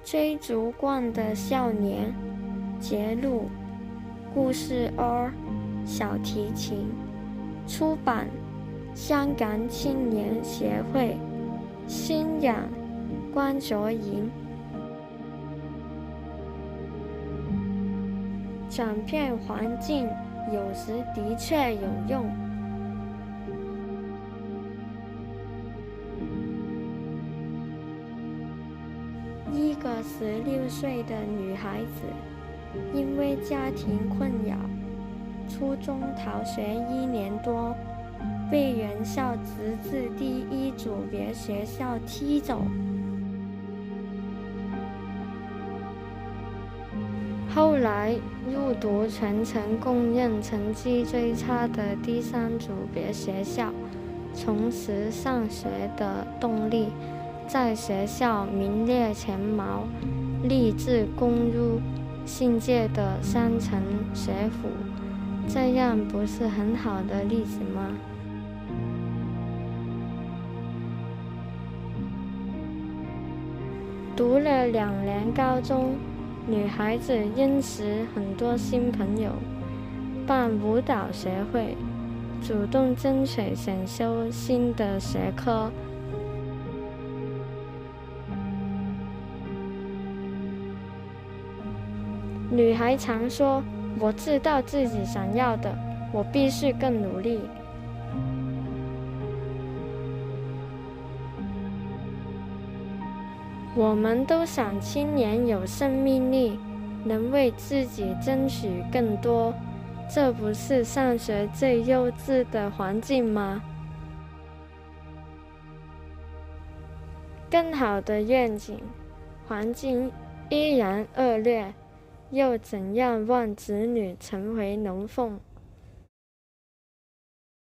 追逐惯的少年，节录，故事2，小提琴，出版，香港青年协会，新氧，关卓莹。转变环境有时的确有用。一个16岁的女孩子，因为家庭困扰，初中逃学1年多，被原校直至第1组别学校踢走。后来入读全城公认成绩最差的第3组别学校，重拾上学的动力，在学校名列前茅，立志攻入新界的3城学府，这样不是很好的例子吗？读了2年高中，女孩子认识很多新朋友，办舞蹈学会，主动争取选修新的学科。女孩常说：“我知道自己想要的，我必须更努力。”我们都想青年有生命力，能为自己争取更多，这不是上学最优质的环境吗？更好的愿景，环境依然恶劣，又怎样让子女成为龙凤？